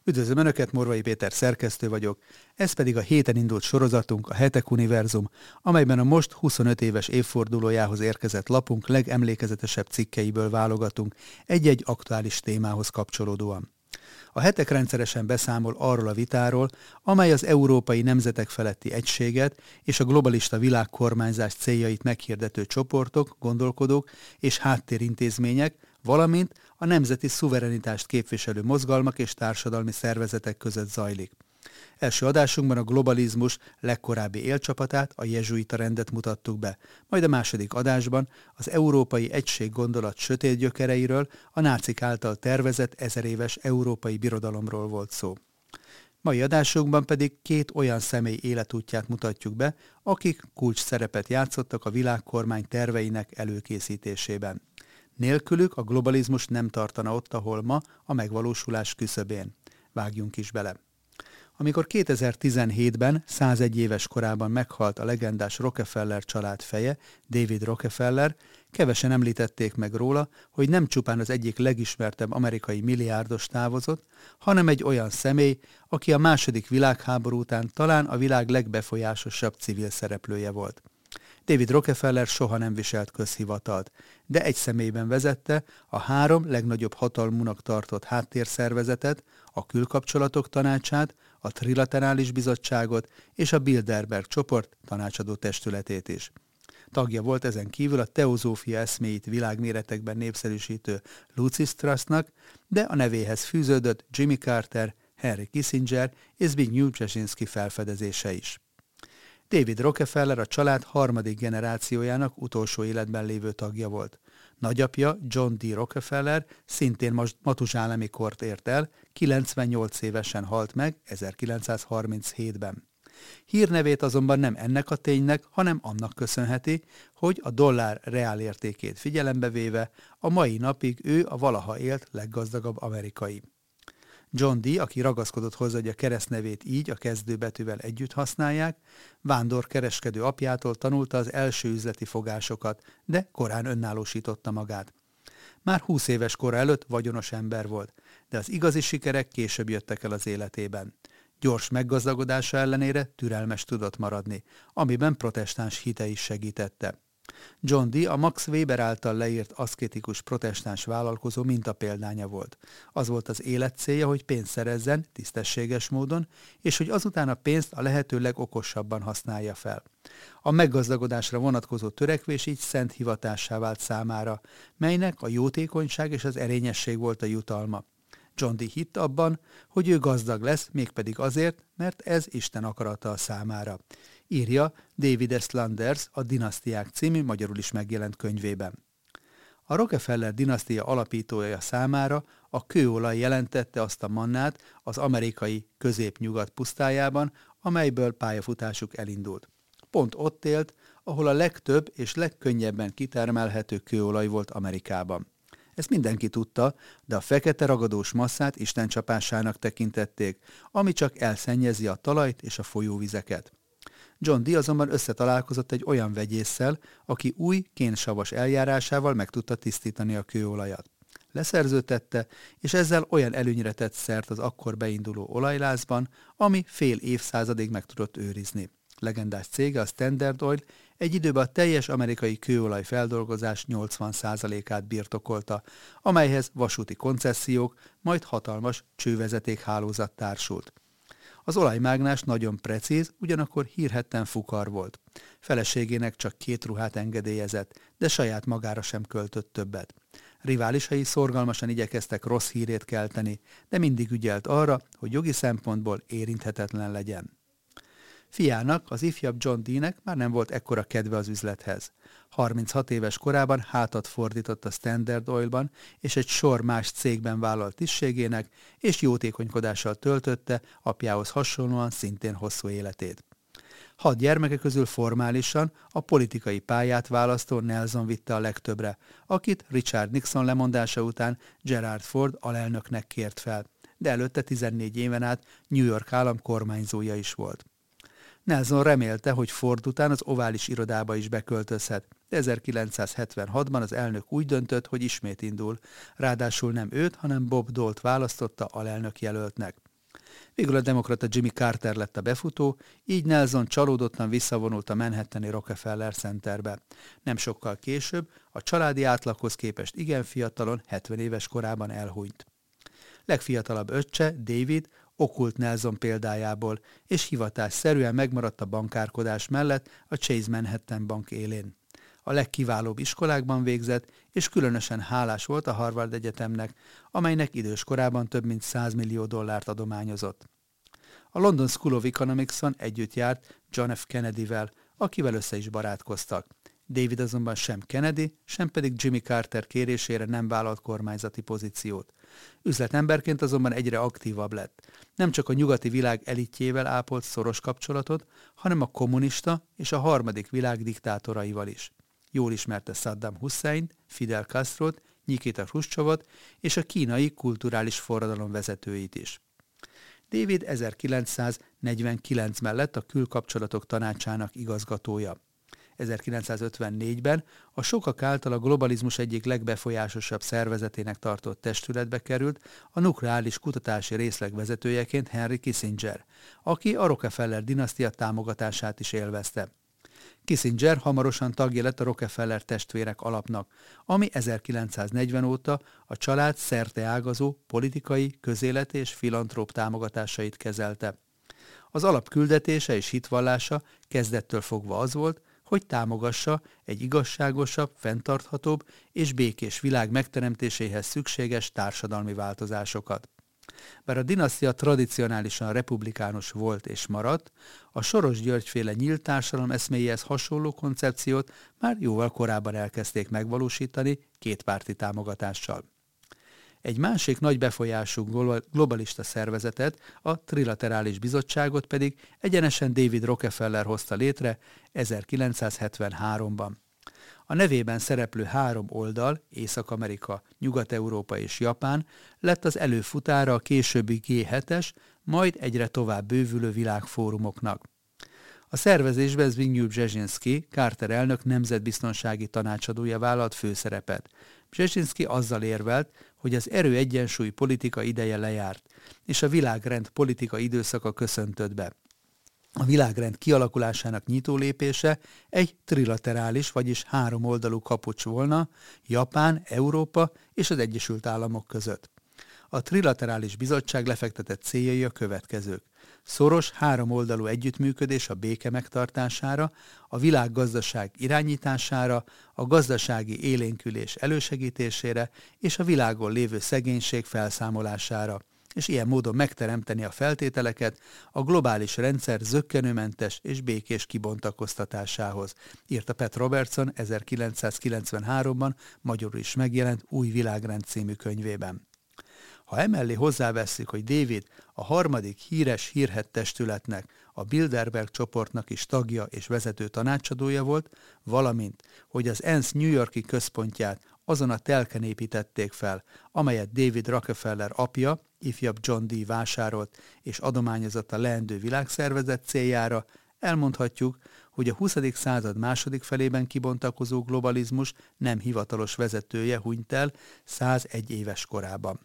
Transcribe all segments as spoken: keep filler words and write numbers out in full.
Üdvözlöm Önöket, Morvai Péter szerkesztő vagyok, ez pedig a héten indult sorozatunk, a Hetek Univerzum, amelyben a most huszonöt éves évfordulójához érkezett lapunk legemlékezetesebb cikkeiből válogatunk egy-egy aktuális témához kapcsolódóan. A Hetek rendszeresen beszámol arról a vitáról, amely az európai nemzetek feletti egységet és a globalista világkormányzás céljait meghirdető csoportok, gondolkodók és háttérintézmények, valamint a nemzeti szuverenitást képviselő mozgalmak és társadalmi szervezetek között zajlik. Első adásunkban a globalizmus legkorábbi élcsapatát, a jezsuita rendet mutattuk be, majd a második adásban az európai egység gondolat sötét gyökereiről, a nácik által tervezett ezeréves európai birodalomról volt szó. Mai adásunkban pedig két olyan személy életútját mutatjuk be, akik kulcs szerepet játszottak a világkormány terveinek előkészítésében. Nélkülük a globalizmus nem tartana ott, ahol ma, a megvalósulás küszöbén. Vágjunk is bele. Amikor kétezer-tizenhétben, százegy éves korában meghalt a legendás Rockefeller család feje, David Rockefeller, kevesen említették meg róla, hogy nem csupán az egyik legismertebb amerikai milliárdos távozott, hanem egy olyan személy, aki a második világháború után talán a világ legbefolyásosabb civil szereplője volt. David Rockefeller soha nem viselt közhivatalt, de egy személyben vezette a három legnagyobb hatalmúnak tartott háttérszervezetet, a Külkapcsolatok Tanácsát, a Trilaterális Bizottságot és a Bilderberg csoport tanácsadó testületét is. Tagja volt ezen kívül a teozófia eszméit világméretekben népszerűsítő Lucis Trustnak, de a nevéhez fűződött Jimmy Carter, Henry Kissinger és Zbigniew Brzezinski felfedezése is. David Rockefeller a család harmadik generációjának utolsó életben lévő tagja volt. Nagyapja, John D. Rockefeller szintén matuzsálemi kort ért el, kilencvennyolc évesen halt meg ezerkilencszázharminchétben. Hírnevét azonban nem ennek a ténynek, hanem annak köszönheti, hogy a dollár reálértékét figyelembe véve a mai napig ő a valaha élt leggazdagabb amerikai. John D., aki ragaszkodott hozzá, hogy a keresztnevét így a kezdőbetűvel együtt használják, vándorkereskedő apjától tanulta az első üzleti fogásokat, de korán önállósította magát. Már húsz éves kora előtt vagyonos ember volt, de az igazi sikerek később jöttek el az életében. Gyors meggazdagodása ellenére türelmes tudott maradni, amiben protestáns hite is segítette. John D. a Max Weber által leírt aszkétikus protestáns vállalkozó mintapéldánya volt. Az volt az élet célja, hogy pénzt szerezzen tisztességes módon, és hogy azután a pénzt a lehető legokosabban használja fel. A meggazdagodásra vonatkozó törekvés így szent hivatássá vált számára, melynek a jótékonyság és az erényesség volt a jutalma. John D. hitt abban, hogy ő gazdag lesz, mégpedig azért, mert ez Isten akarata a számára. Írja David S. Landers a Dinasztiák című magyarul is megjelent könyvében. A Rockefeller dinasztia alapítója számára a kőolaj jelentette azt a mannát az amerikai középnyugat pusztájában, amelyből pályafutásuk elindult. Pont ott élt, ahol a legtöbb és legkönnyebben kitermelhető kőolaj volt Amerikában. Ezt mindenki tudta, de a fekete ragadós masszát istencsapásának tekintették, ami csak elszennyezi a talajt és a folyóvizeket. John D. azonban összetalálkozott egy olyan vegyésszel, aki új, kénsavas eljárásával meg tudta tisztítani a kőolajat. Leszerződtette, és ezzel olyan előnyre tett szert az akkor beinduló olajlázban, ami fél évszázadig meg tudott őrizni. Legendás cége, a Standard Oil, egy időben a teljes amerikai kőolaj feldolgozás nyolcvan százalékát birtokolta, amelyhez vasúti koncesziók, majd hatalmas csővezetékhálózat társult. Az olajmágnás nagyon precíz, ugyanakkor hírhedten fukar volt. Feleségének csak két ruhát engedélyezett, de saját magára sem költött többet. Riválisai szorgalmasan igyekeztek rossz hírét kelteni, de mindig ügyelt arra, hogy jogi szempontból érinthetetlen legyen. Fiának, az ifjabb John D.-nek már nem volt ekkora kedve az üzlethez. harminchat éves korában hátat fordított a Standard Oilban, és egy sor más cégben vállalt tisztségének, és jótékonykodással töltötte apjához hasonlóan szintén hosszú életét. Hat gyermeke közül formálisan a politikai pályát választó Nelson vitte a legtöbbre, akit Richard Nixon lemondása után Gerald Ford alelnöknek kért fel, de előtte tizennégy éven át New York állam kormányzója is volt. Nelson remélte, hogy Ford után az ovális irodába is beköltözhet, de ezerkilencszázhetvenhatban az elnök úgy döntött, hogy ismét indul, ráadásul nem őt, hanem Bob Dole-t választotta alelnök jelöltnek. Végül a demokrata Jimmy Carter lett a befutó, így Nelson csalódottan visszavonult a manhattani Rockefeller Centerbe. Nem sokkal később a családi átlaghoz képest igen fiatalon, hetven éves korában elhunyt. Legfiatalabb öccse, David, okult Nelson példájából, és hivatásszerűen megmaradt a bankárkodás mellett a Chase Manhattan Bank élén. A legkiválóbb iskolákban végzett, és különösen hálás volt a Harvard Egyetemnek, amelynek idős korában több mint száz millió dollárt adományozott. A London School of Economics-on együtt járt John F. Kennedyvel, akivel össze is barátkoztak. David azonban sem Kennedy, sem pedig Jimmy Carter kérésére nem vállalt kormányzati pozíciót. Üzletemberként azonban egyre aktívabb lett. Nem csak a nyugati világ elitjével ápolt szoros kapcsolatot, hanem a kommunista és a harmadik világ diktátoraival is. Jól ismerte Saddam Husseint, Fidel Castrot, Nikita Hruscsovot és a kínai kulturális forradalom vezetőit is. David ezerkilencszáznegyvenkilencben lett a külkapcsolatok tanácsának igazgatója. ezerkilencszázötvennégyben a sokak által a globalizmus egyik legbefolyásosabb szervezetének tartott testületbe került a nukleáris kutatási részleg vezetőjeként Henry Kissinger, aki a Rockefeller dinasztia támogatását is élvezte. Kissinger hamarosan tagja lett a Rockefeller testvérek alapnak, ami ezerkilencszáznegyven óta a család szerteágazó politikai, közéleti és filantróp támogatásait kezelte. Az alap küldetése és hitvallása kezdettől fogva az volt, hogy támogassa egy igazságosabb, fenntarthatóbb és békés világ megteremtéséhez szükséges társadalmi változásokat. Bár a dinasztia tradicionálisan republikánus volt és maradt, a Soros György-féle nyílt társadalom eszméjéhez hasonló koncepciót már jóval korábban elkezdték megvalósítani kétpárti támogatással. Egy másik nagy befolyású globalista szervezetet, a Trilaterális Bizottságot pedig egyenesen David Rockefeller hozta létre ezerkilencszázhetvenháromban. A nevében szereplő három oldal, Észak-Amerika, Nyugat-Európa és Japán lett az előfutára a későbbi gé hetes, majd egyre tovább bővülő világfórumoknak. A szervezésben Zbigniew Brzezinski, Carter elnök nemzetbiztonsági tanácsadója vállalt főszerepet. Brzezinski azzal érvelt, hogy az erő-egyensúly politika ideje lejárt, és a világrend politika időszaka köszöntött be. A világrend kialakulásának nyitó lépése egy trilaterális, vagyis háromoldalú kapocs volna Japán, Európa és az Egyesült Államok között. A Trilaterális Bizottság lefektetett céljai a következők: szoros háromoldalú együttműködés a béke megtartására, a világgazdaság irányítására, a gazdasági élénkülés elősegítésére és a világon lévő szegénység felszámolására, és ilyen módon megteremteni a feltételeket a globális rendszer zökkenőmentes és békés kibontakoztatásához, írta Pat Robertson ezerkilencszázkilencvenháromban magyarul is megjelent Új világrend című könyvében. Ha emellé hozzávesszük, hogy David a harmadik híres hírhedt testületnek, a Bilderberg csoportnak is tagja és vezető tanácsadója volt, valamint, hogy az ENSZ New York-i központját azon a telken építették fel, amelyet David Rockefeller apja, ifjabb John D. vásárolt és adományozott a leendő világszervezet céljára, elmondhatjuk, hogy a huszadik század második felében kibontakozó globalizmus nem hivatalos vezetője hunyt el százegy éves korában.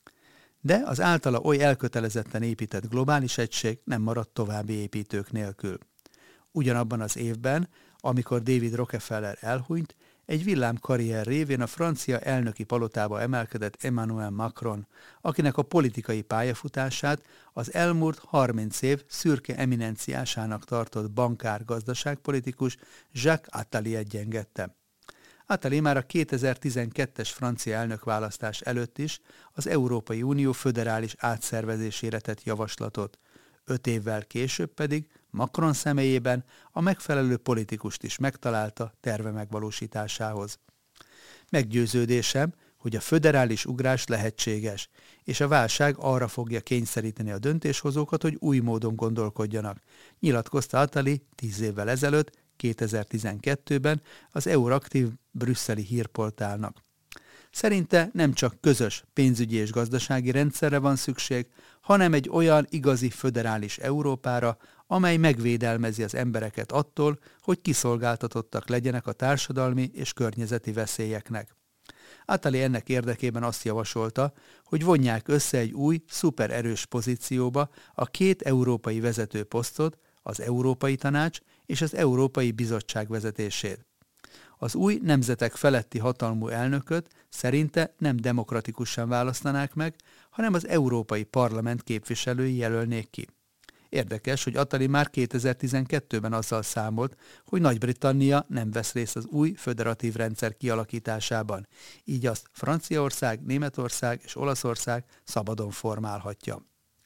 De az általa oly elkötelezetten épített globális egység nem maradt további építők nélkül. Ugyanabban az évben, amikor David Rockefeller elhunyt, egy villámkarrier révén a francia elnöki palotába emelkedett Emmanuel Macron, akinek a politikai pályafutását az elmúlt harminc év szürke eminenciásának tartott bankár-gazdaságpolitikus Jacques Attali egyengedte. Attali már a kétezer-tizenkettes francia elnökválasztás előtt is az Európai Unió föderális átszervezésére tett javaslatot, öt évvel később pedig Macron személyében a megfelelő politikust is megtalálta terve megvalósításához. Meggyőződésem, hogy a föderális ugrás lehetséges, és a válság arra fogja kényszeríteni a döntéshozókat, hogy új módon gondolkodjanak, nyilatkozta Attali tíz évvel ezelőtt, kétezer-tizenkettőben az Euraktív brüsszeli hírportálnak. Szerinte nem csak közös pénzügyi és gazdasági rendszerre van szükség, hanem egy olyan igazi föderális Európára, amely megvédelmezi az embereket attól, hogy kiszolgáltatottak legyenek a társadalmi és környezeti veszélyeknek. Attali ennek érdekében azt javasolta, hogy vonják össze egy új, szupererős pozícióba a két európai vezető posztot, az Európai Tanács és az Európai Bizottság vezetését. Az új nemzetek feletti hatalmú elnököt szerinte nem demokratikusan választanák meg, hanem az Európai Parlament képviselői jelölnék ki. Érdekes, hogy Attali már kétezer-tizenkettőben azzal számolt, hogy Nagy-Britannia nem vesz részt az új föderatív rendszer kialakításában, így azt Franciaország, Németország és Olaszország szabadon formálhatja.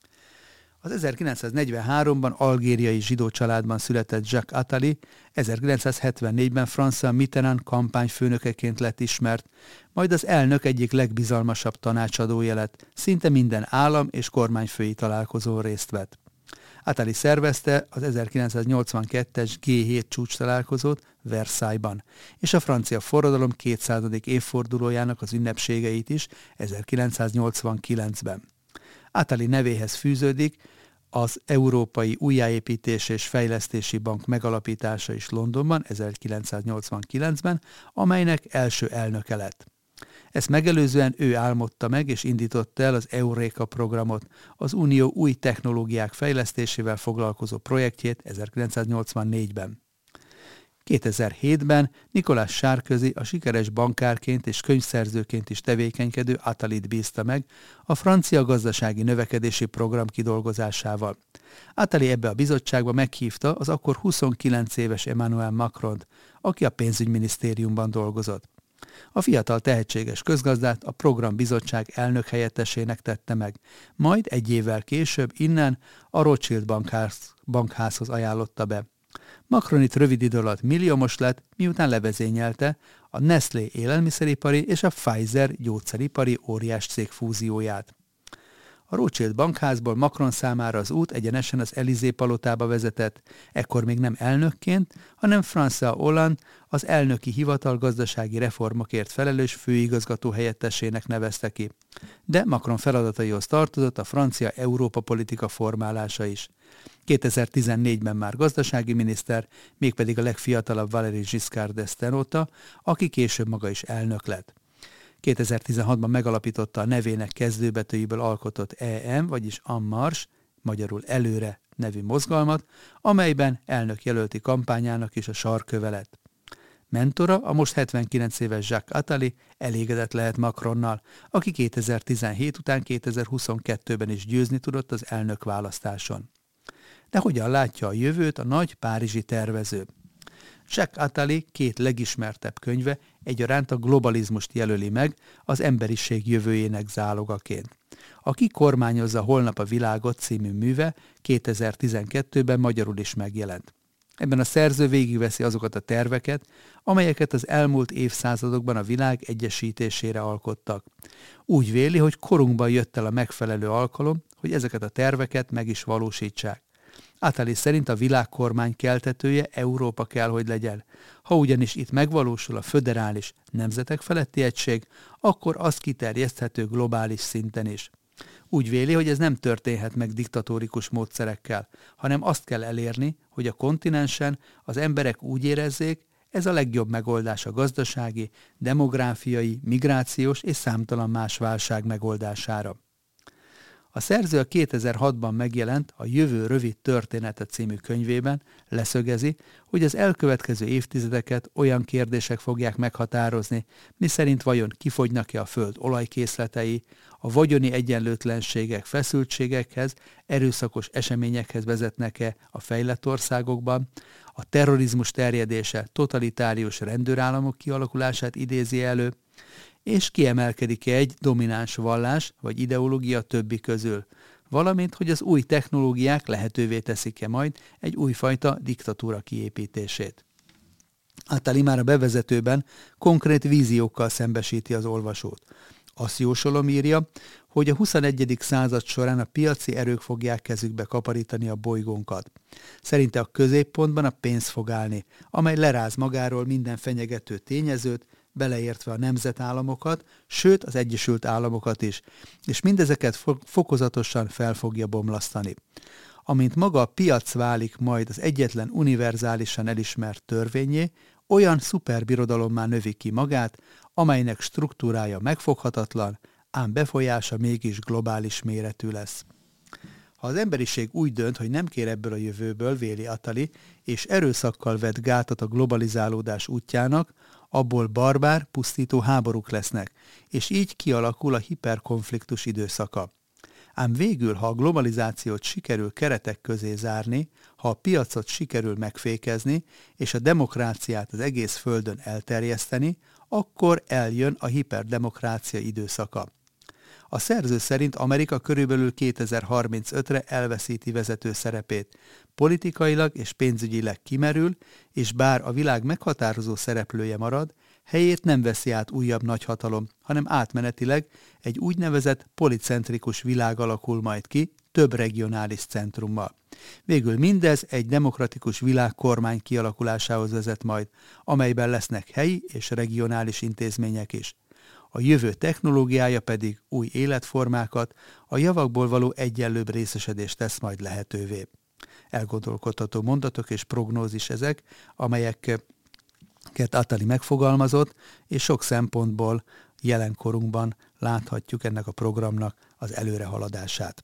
Az ezerkilencszáznegyvenháromban algériai zsidó családban született Jacques Attali, ezerkilencszázhetvennégyben François Mitterrand kampányfőnökeként lett ismert, majd az elnök egyik legbizalmasabb tanácsadója lett, szinte minden állam és kormányfői találkozón részt vett. Attali szervezte az ezerkilencszáznyolcvankettes gé hét csúcs találkozót Versailles-ban, és a francia forradalom kétszázadik évfordulójának az ünnepségeit is ezerkilencszáznyolcvankilencben. Attali nevéhez fűződik az Európai Újjáépítés és Fejlesztési Bank megalapítása is Londonban ezerkilencszáznyolcvankilencben, amelynek első elnöke lett. Ezt megelőzően ő álmodta meg és indította el az Euréka programot, az Unió új technológiák fejlesztésével foglalkozó projektjét ezerkilencszáznyolcvannégyben. kétezer-hétben Nicolas Sarkozy a sikeres bankárként és könyvszerzőként is tevékenykedő Attalit bízta meg a francia gazdasági növekedési program kidolgozásával. Attali ebbe a bizottságba meghívta az akkor huszonkilenc éves Emmanuel Macront, aki a pénzügyminisztériumban dolgozott. A fiatal tehetséges közgazdát a programbizottság elnök helyettesének tette meg, majd egy évvel később innen a Rothschild bankház, bankházhoz ajánlotta be. Macron itt rövid idő alatt milliómos lett, miután levezényelte a Nestlé élelmiszeripari és a Pfizer gyógyszeripari óriáscég fúzióját. A Rothschild bankházból Macron számára az út egyenesen az Élysée palotába vezetett, ekkor még nem elnökként, hanem François Hollande az elnöki hivatal gazdasági reformokért felelős főigazgató helyettesének nevezte ki. De Macron feladataihoz tartozott a francia Európa politika formálása is. kétezer-tizennégyben már gazdasági miniszter, mégpedig a legfiatalabb Valéry Giscard d'Estaing óta, aki később maga is elnök lett. kétezer-tizenhatban megalapította a nevének kezdőbetűjéből alkotott E M, vagyis En Marche, magyarul előre nevű mozgalmat, amelyben elnökjelölti kampányának is a sarköve lett. Mentora, a most hetvenkilenc éves Jacques Attali elégedett lehet Macronnal, aki kétezer-tizenhét után kétezer-huszonkettőben is győzni tudott az elnökválasztáson. De hogyan látja a jövőt a nagy párizsi tervező? Jacques Attali két legismertebb könyve egyaránt a globalizmust jelöli meg az emberiség jövőjének zálogaként. Aki kormányozza holnap a világot című műve kétezer-tizenkettőben magyarul is megjelent. Ebben a szerző végigveszi azokat a terveket, amelyeket az elmúlt évszázadokban a világ egyesítésére alkottak. Úgy véli, hogy korunkban jött el a megfelelő alkalom, hogy ezeket a terveket meg is valósítsák. Attali szerint a világkormány keltetője Európa kell, hogy legyen. Ha ugyanis itt megvalósul a föderális nemzetek feletti egység, akkor az kiterjeszthető globális szinten is. Úgy véli, hogy ez nem történhet meg diktatórikus módszerekkel, hanem azt kell elérni, hogy a kontinensen az emberek úgy érezzék, ez a legjobb megoldás a gazdasági, demográfiai, migrációs és számtalan más válság megoldására. A szerző a kétezer-hatban megjelent a Jövő rövid története című könyvében leszögezi, hogy az elkövetkező évtizedeket olyan kérdések fogják meghatározni, miszerint vajon kifogynak-e a föld olajkészletei, a vagyoni egyenlőtlenségek feszültségekhez, erőszakos eseményekhez vezetnek-e a fejlett országokban, a terrorizmus terjedése totalitárius rendőrállamok kialakulását idézi elő, és kiemelkedik-e egy domináns vallás vagy ideológia többi közül, valamint, hogy az új technológiák lehetővé teszik-e majd egy újfajta diktatúra kiépítését. Attali már a bevezetőben konkrét víziókkal szembesíti az olvasót. Azt jósolom, írja, hogy a huszonegyedik század során a piaci erők fogják kezükbe kaparítani a bolygónkat. Szerinte a középpontban a pénz fog állni, amely leráz magáról minden fenyegető tényezőt, beleértve a nemzetállamokat, sőt az Egyesült Államokat is, és mindezeket fokozatosan fel fogja bomlasztani. Amint maga a piac válik majd az egyetlen univerzálisan elismert törvényé, olyan szuperbirodalommá növi ki magát, amelynek struktúrája megfoghatatlan, ám befolyása mégis globális méretű lesz. Ha az emberiség úgy dönt, hogy nem kér ebből a jövőből, véli Attali, és erőszakkal vet gátat a globalizálódás útjának, abból barbár, pusztító háborúk lesznek, és így kialakul a hiperkonfliktus időszaka. Ám végül, ha a globalizációt sikerül keretek közé zárni, ha a piacot sikerül megfékezni, és a demokráciát az egész földön elterjeszteni, akkor eljön a hiperdemokrácia időszaka. A szerző szerint Amerika körülbelül kétezer-harmincötre elveszíti vezető szerepét. Politikailag és pénzügyileg kimerül, és bár a világ meghatározó szereplője marad, helyét nem veszi át újabb nagyhatalom, hanem átmenetileg egy úgynevezett policentrikus világ alakul majd ki, több regionális centrummal. Végül mindez egy demokratikus világkormány kialakulásához vezet majd, amelyben lesznek helyi és regionális intézmények is. A jövő technológiája pedig új életformákat, a javakból való egyenlőbb részesedést tesz majd lehetővé. Elgondolkodható mondatok és prognózis ezek, amelyeket Attali megfogalmazott, és sok szempontból jelenkorunkban láthatjuk ennek a programnak az előrehaladását.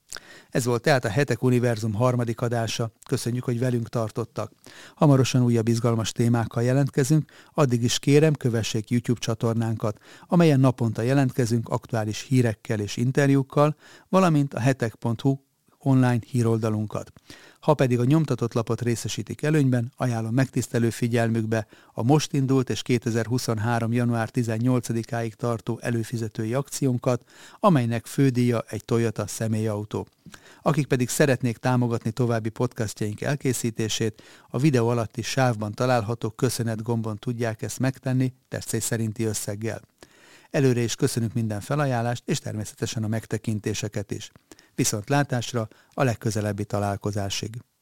Ez volt tehát a Hetek Univerzum harmadik adása. Köszönjük, hogy velünk tartottak. Hamarosan újabb izgalmas témákkal jelentkezünk, addig is kérem, kövessék YouTube csatornánkat, amelyen naponta jelentkezünk aktuális hírekkel és interjúkkal, valamint a hetek pont hu online híroldalunkat. Ha pedig a nyomtatott lapot részesítik előnyben, ajánlom megtisztelő figyelmükbe a most indult és kétezer-huszonhárom. január tizennyolcadikáig tartó előfizetői akciónkat, amelynek fődíja egy Toyota személyautó. Akik pedig szeretnék támogatni további podcastjaink elkészítését, a videó alatti sávban található köszönet gombon tudják ezt megtenni tetszés szerinti összeggel. Előre is köszönünk minden felajánlást, és természetesen a megtekintéseket is. Viszontlátásra a legközelebbi találkozásig.